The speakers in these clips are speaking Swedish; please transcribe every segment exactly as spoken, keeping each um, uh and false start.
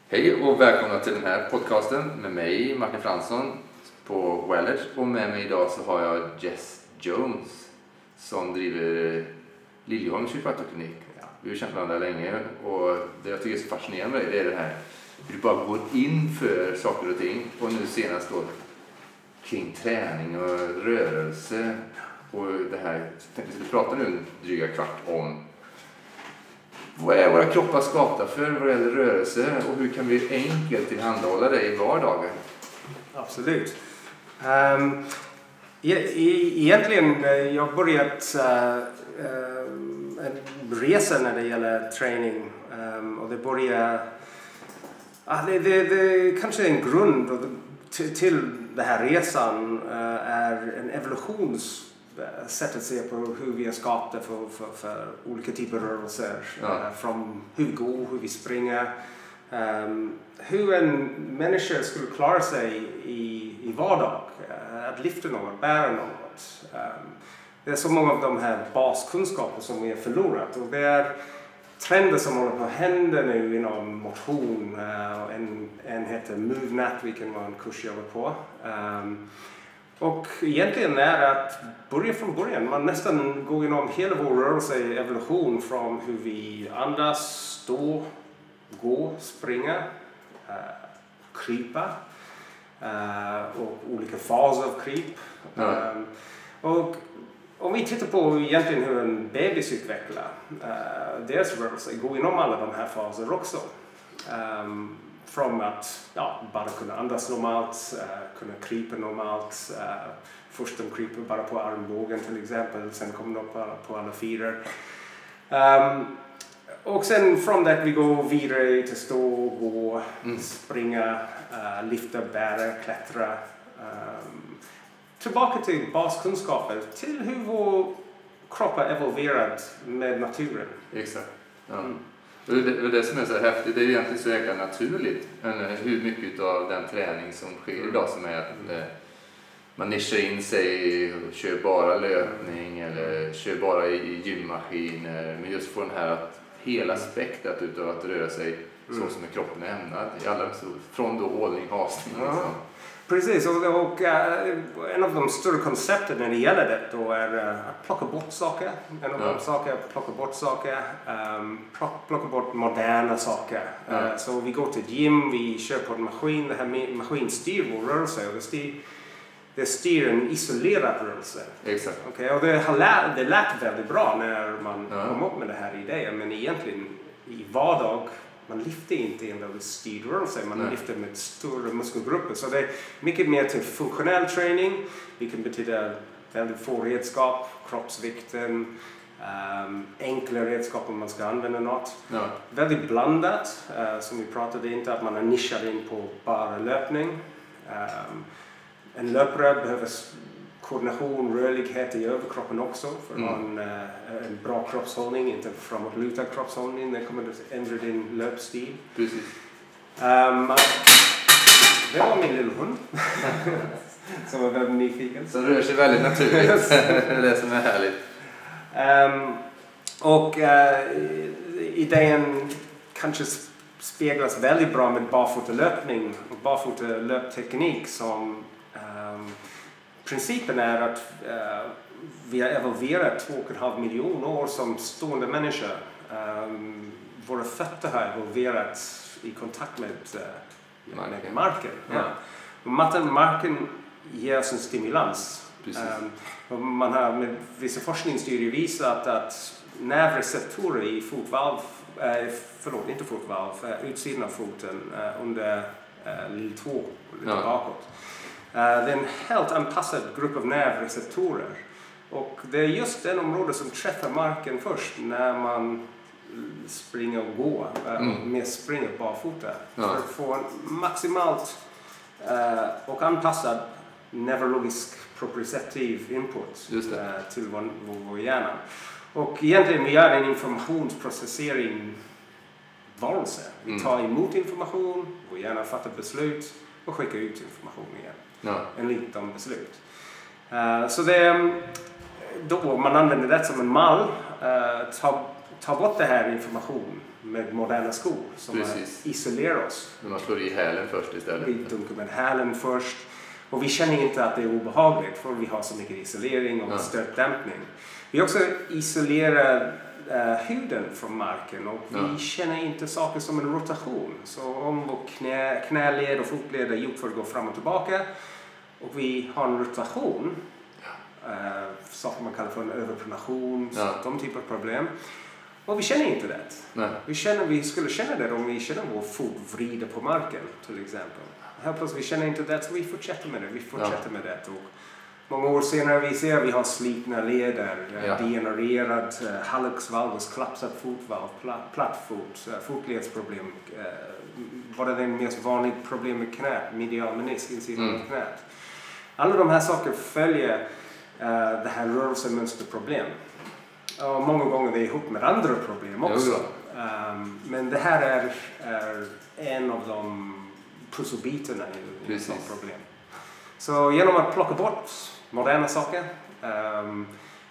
Hej och välkomna till den här podcasten med mig Martin Fransson på Wellers. Och med mig idag så har jag Jess Jones som driver Liljeholms kiropraktorklinik. Ja, vi har känt varandra länge och det jag tycker är så fascinerande med det är det här hur du bara går in för saker och ting. Och nu senast då kring träning och rörelse och det här. Så jag tänkte vi skulle prata nu en dryga kvart om vad är våra kroppar skapta för vad gäller rörelse och hur kan vi enkelt tillhandahålla det i vardagen? Absolut. Um, e- e- egentligen, jag har börjat uh, uh, en resa när det gäller träning. Um, och det börjar... Uh, det, det, det kanske är en grund till, till den här resan uh, är en evolutions sätt att se på hur vi är skapade för, för, för olika typer av rörelser. Ja. Uh, från hur vi går, hur vi springer. Um, hur en människa skulle klara sig i, i vardag. Uh, att lyfta något, bära något. Um, det är så många av de här baskunskaper som vi har förlorat. Och det är trender som håller på att hända nu inom motion. Uh, en, en heter MoveNat, vilken var en kurs jag var på. Um, Och egentligen är att börja från början. Man nästan går igenom hela vår rörelse evolution från hur vi andas, stå, gå, springa, äh, krypa äh, och olika faser av kryp. Mm. Um, och om vi tittar på egentligen hur en bebis utvecklar äh, deras rörelse, går igenom alla de här faser också. Um, Från att ja, bara kunna andas normalt, uh, kunna krypa normalt. Uh, först de kryper bara på armbågen till exempel, sen kommer de på, på alla fyra. Um, och sen från det vi går vidare till stå, gå, mm. springa, uh, lyfta, bära, klättra. Um, tillbaka till baskunskaper, till hur vår kropp är evolverad med naturen. Exakt. Ja. Mm. Det är det som är så häftigt, det är egentligen så jäkla naturligt hur mycket av den träning som sker idag som är att man nischar in sig och kör bara löpning eller kör bara i gymmaskiner, men just får den här att hela spektrat utav att röra sig så som kroppen är ämnad i alla från då ålning, hasning liksom. Ja. Precis, och, och uh, en av de större koncepten när det gäller det då är uh, att plocka bort saker. En av ja. de saker är att plocka bort saker, um, plocka bort moderna saker. Ja. Uh, så vi går till ett gym, vi kör på en maskin, det här maskin styr vår rörelse och det styr, det styr en isolerad rörelse. Exakt. Okay, och det, har lät, det lät väldigt bra när man ja. kom upp med det här idén, men egentligen i vardag man lyfter inte en väldigt styrd rörelse, man Nej. lyfter med större muskelgrupper. Så det är mycket mer till funktionell träning, vilket betyder väldigt få redskap, kroppsvikten, um, enkla redskap om man ska använda något. Ja. Väldigt blandat, uh, som vi pratade inte att man är nischad in på bara löpning. Um, en löpare behöver koordination, rörlighet i överkroppen också för att mm. ha en, en bra kroppshållning, inte framåtlutad kroppshållning. Det kommer att ändra din löpstil. Precis. Um, det var min lilla hund som var väldigt nyfiken. Som rör sig väldigt naturligt. Det är det som är härligt. Um, och uh, idén kanske speglas väldigt bra med barfotalöpning och barfotalöpteknik som um, principen är att uh, vi har evolverat två och en halv miljon år som stående människor. Um, våra fötter har evolverat i kontakt med, uh, marken. med marken. Ja. Ja. Marken ger oss en stimulans. Um, man har med vissa forskningsstudier visat att nervreceptorer i fotvalv, uh, förlåt inte fotvalv, uh, utsidan av foten uh, under uh, två lite ja. bakåt. Uh, det är en helt anpassad grupp av nervreceptorer och det är just den område som träffar marken först när man springer och går uh, mm. med springer barfota ja. för att få en maximalt uh, och anpassad neurologisk proprioceptiv input uh, till vår, vår, vår hjärna. Och egentligen vi gör en informationsprocessering varelse. Vi tar emot information, vår hjärna fattar beslut och skickar ut information igen. Ja. En liten beslut. Uh, så det då man använder det som en mall. Uh, ta ta bort det här information med moderna skor som isolerar oss. Men man slår i hälen först istället. Vi dunkar med hälen först. Och vi känner inte att det är obehagligt för vi har så mycket isolering och ja. stötdämpning. Vi också isolerar uh, huden från marken och vi ja. känner inte saker som en rotation. Så om vår knä, knäled och fotled är gjort för att gå fram och tillbaka och vi har en rotation, uh, saker man kallar för en överpronation, ja. de typer av problem. Och vi känner inte det. Nej. Vi, känner, vi skulle känna det om vi känner vår fot vrider på marken till exempel. Helt plötsligt vi känner inte det så vi fortsätter med det. Vi fortsätter ja. med det. Och många år senare vi ser att vi har slitna leder, ja. degenererad uh, hallux valgus, kollapsat fotvalv, platt, plattfot, uh, fotledsproblem. Uh, vad är det mest vanliga problem med knät? Medial menisk, insidan mm. av knät. Alla de här sakerna följer uh, det här rörelsemönsterproblem. Och många gånger det är ihop med andra problem också. Um, men det här är, är en av de pusselbitarna i ett sådant problem. Så genom att plocka bort moderna saker um,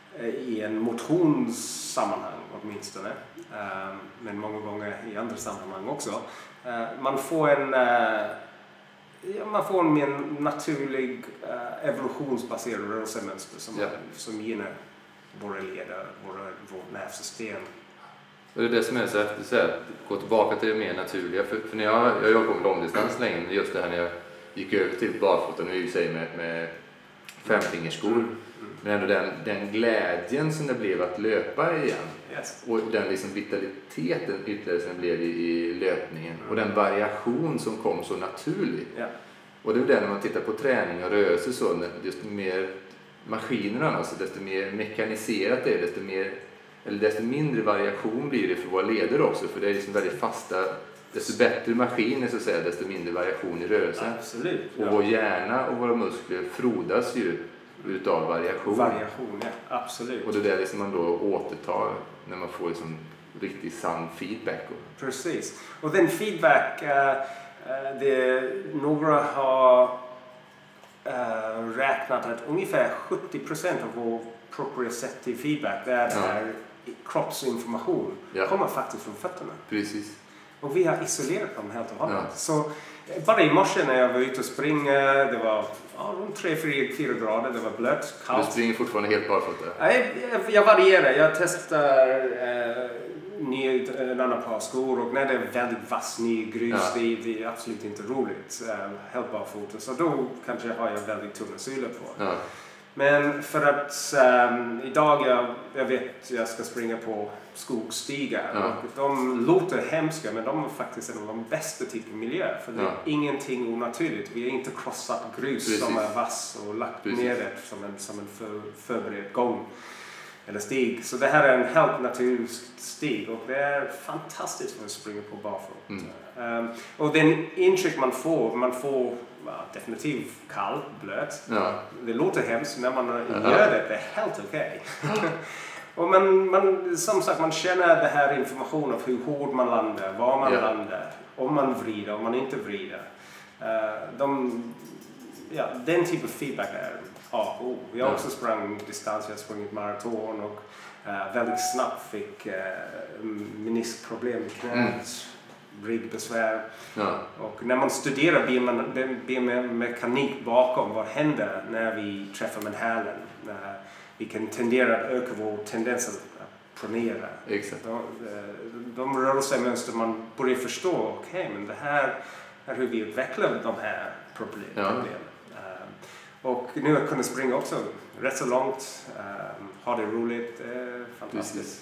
i en motionssammanhang åtminstone, um, men många gånger i andra sammanhang också, uh, man får en uh, ja, man får en mer naturlig uh, evolutionsbaserad rörelsemönster som, yeah. som gynnar våra leder, våra, vårt nervsystem. Och det är det som är så att, så att gå tillbaka till det mer naturliga. För, för när jag, jag jobbade på långdistans länge, men just det här när jag gick över till barfota, nu i sig med, med femfingerskor. Mm. Men ändå den, den glädjen som det blev att löpa igen. Yes. Och den liksom vitaliteten ytterligare som det blev i, i löpningen. Mm. Och den variation som kom så naturligt. Yeah. Och det är det när man tittar på träning och rörelse så, just mer maskinerna, alltså desto mer mekaniserat det är, desto mer eller desto mindre variation blir det för våra leder också, för det är liksom väldigt fasta, desto bättre maskiner så att säga, desto mindre variation i rörelsen. Absolut. Ja. Och vår hjärna och våra muskler frodas ju utav variation. Variation, ja, absolut. Och det är det liksom man då återtar när man får liksom riktigt sann feedback. Precis. Och den feedback, uh, uh, det några har uh, räknat att ungefär sjuttio procent av vår proprioceptive feedback, det är ja. här kroppsinformation, ja. kommer faktiskt från fötterna. Precis. Och vi har isolerat dem helt och hållet. Ja. Så bara i morse när jag var ute och springa, det var ja, runt tre till fyra grader, det var blött, kallt. Du springer fortfarande helt barfota? Nej, jag, jag varierar. Jag testar eh, ny, en annan par skor och när det är väldigt vass ny grus, ja. det, det är absolut inte roligt. Eh, helt barfota. Så då kanske har jag väldigt tunna sulor på. Ja. Men för att um, idag jag, jag vet jag ska springa på skogsstigar. Ja. Och de låter hemska men de är faktiskt en av de bästa typen av miljö. För det är ja. ingenting onaturligt. Vi har inte krossat grus Precis. som är vass och lagt Precis. ner det som en, som en för, förberedd gång eller stig. Så det här är en helt naturlig stig och det är fantastiskt för att springa på barfota. Mm. Um, och den intryck man får, man får ja, definitivt kall, blöt. Ja. Det låter hemskt när man Jaha. gör det, det är helt okej. Okay. Och man, man, som sagt, man känner det här informationen av hur hårt man landar, var man ja. landar, om man vrider, om man inte vrider. Uh, de, ja, den typen av feedback är A och O. Jag har ja. också sprang distans, jag har sprungit maraton och uh, väldigt snabbt fick uh, meniskproblem i knät. Mm. ryggbesvär. Ja. Och när man studerar biomekanik bakom vad händer när vi träffar med hälen, när vi kan tendera att öka vår tendens att pronera. Exakt. De, de rörelsemönster man börjar förstå, okej, okay, men det här är hur vi utvecklar de här problemen. Ja. Um, och nu att kunna springa också rätt så långt, um, ha det roligt, uh, fantastiskt.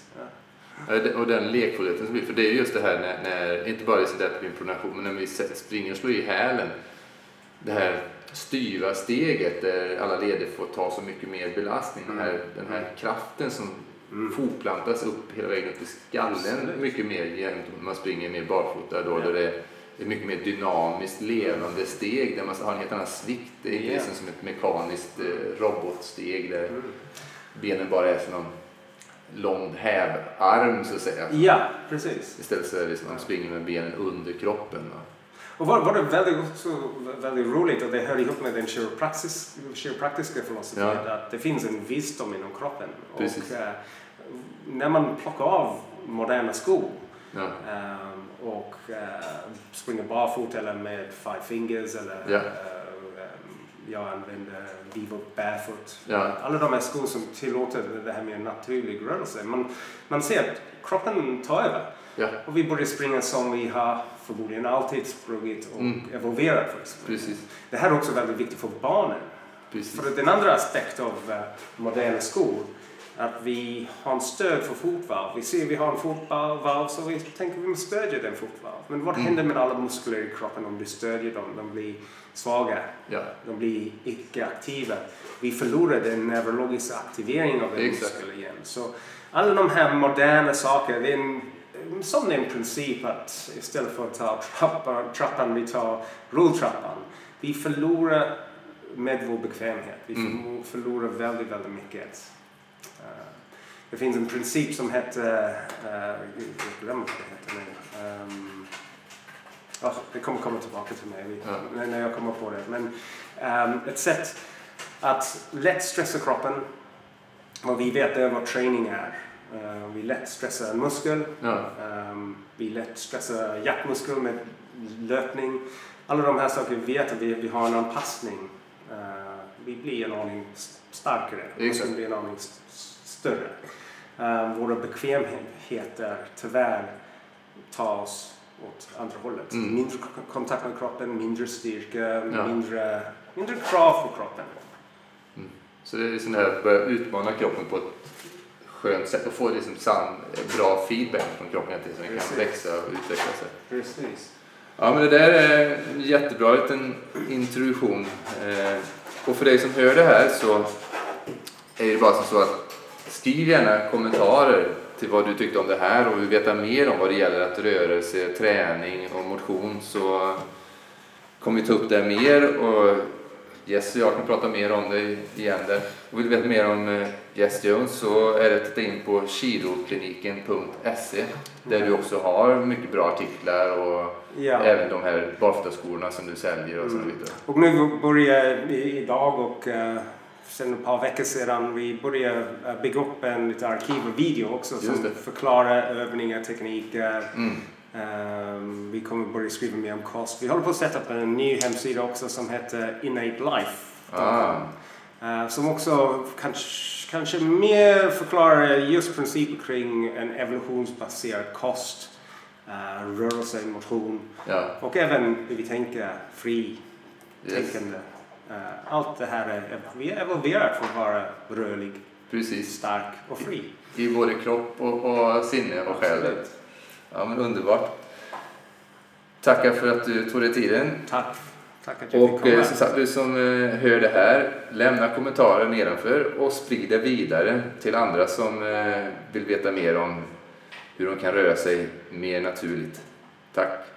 Och den lekfullheten som blir, för det är just det här när, när inte bara så där med pronation, men när vi springer och slår i hälen, det här styva steget där alla leder får ta så mycket mer belastning, mm. den, här, den här kraften som mm. fortplantas upp hela vägen upp i skallen. Absolut. Mycket mer jämnt när man springer mer barfota då, ja. där det är mycket mer dynamiskt levande steg där man har en helt annan svikt, det är inte yeah. som ett mekaniskt eh, robotsteg där mm. benen bara är som någon lång hävarm så att säga. Ja, precis. Istället så är det som att man springer med benen under kroppen. Va? Och var, var det väldigt, också, väldigt roligt och det hör ihop med den kiropraktiska filosofin, ja. att det finns en visdom inom kroppen. Precis. Och äh, när man plockar av moderna skor. Ja. Um, och uh, springer barfota eller med five fingers eller Ja. uh, um, jag använder Vivo Barefoot. Ja. Alla de här skor som tillåter det här med naturlig rörelse. Man, man ser att kroppen tar över. Ja. Och vi börjar springa som vi har förmodligen alltid sprungit och Mm. evolverat för. Precis. Det här är också väldigt viktigt för barnen. Precis. För den andra aspekten av uh, moderna skor att vi har en stöd för fotvarv. Vi ser att vi har en fotvarv så vi tänker att vi måste stödja den fotvarv. Men vad Mm. händer med alla muskler i kroppen om du stödjer dem? De blir svaga. Ja. De blir icke-aktiva. Vi förlorar den neurologiska aktiveringen av en Exakt. muskel igen. Så alla de här moderna sakerna, det är en, som en princip att istället för att ta trappan, trappan vi tar rulltrappan. Vi förlorar med vår bekvämhet. Vi Mm. förlorar väldigt, väldigt mycket. Uh, det finns en princip som heter, uh, jag glömmer vad det heter nu. Um, oh, det kommer komma tillbaka till mig Ja. när, när jag kommer på det. Men um, ett sätt att lätt stressa kroppen, vad vi vet är vad träning är. Uh, vi lätt stressar en muskel, Ja. um, vi lätt stressar hjärtmuskel med löpning. Alla de här sakerna vi vet att vi, vi har en anpassning. Uh, vi blir en aning starkare, muskeln blir en aning st- större. Uh, våra bekvämheter tyvärr tar oss åt andra hållet. Mm. Mindre k- kontakt med kroppen, mindre styrka, Ja. mindre, mindre krav på kroppen. Mm. Så det är sån här att börja utmana kroppen på ett skönt sätt och få liksom sann, bra feedback från kroppen till så den kan Precis. växa och utveckla sig. Precis. Ja, men det där är en jättebra liten introduktion. Eh, och för dig som hör det här så är det bara som så att skriv gärna kommentarer till vad du tyckte om det här och vill veta mer om vad det gäller att rörelse, träning och motion, så kommer vi ta upp det mer och Jess och jag kan prata mer om det igen där. Och vill du veta mer om eh, Jess Jones så är det att titta in på kirokliniken punkt se där du också har mycket bra artiklar och Ja. även de här barfotaskorna som du säljer och så Mm. vidare. Och nu börjar vi idag och uh, sen ett par veckor sedan vi börjar uh, bygga upp en lite arkiv och video också Just som det. förklarar övningar, tekniker. Mm. Um, vi kommer börja skriva mer om kost. Vi håller på att sätta upp en ny hemsida också som heter Innate Life. Ah. Uh, som också kanske, kanske mer förklarar just principer kring en evolutionsbaserad kost, uh, rörelse, motion Ja. och även hur vi tänker fri Yes. tänkande. Uh, allt det här är, vi är evolverat för att vara rörlig, Precis. stark och fri. I både kropp och, och sinne och själ. Absolut. Ja, men underbart. Tackar för att du tog dig tiden. Tack. Tack att jag fick Och komma. eh, som sagt, du som eh, hör det här, lämna kommentarer nedanför och sprid det vidare till andra som eh, vill veta mer om hur de kan röra sig mer naturligt. Tack!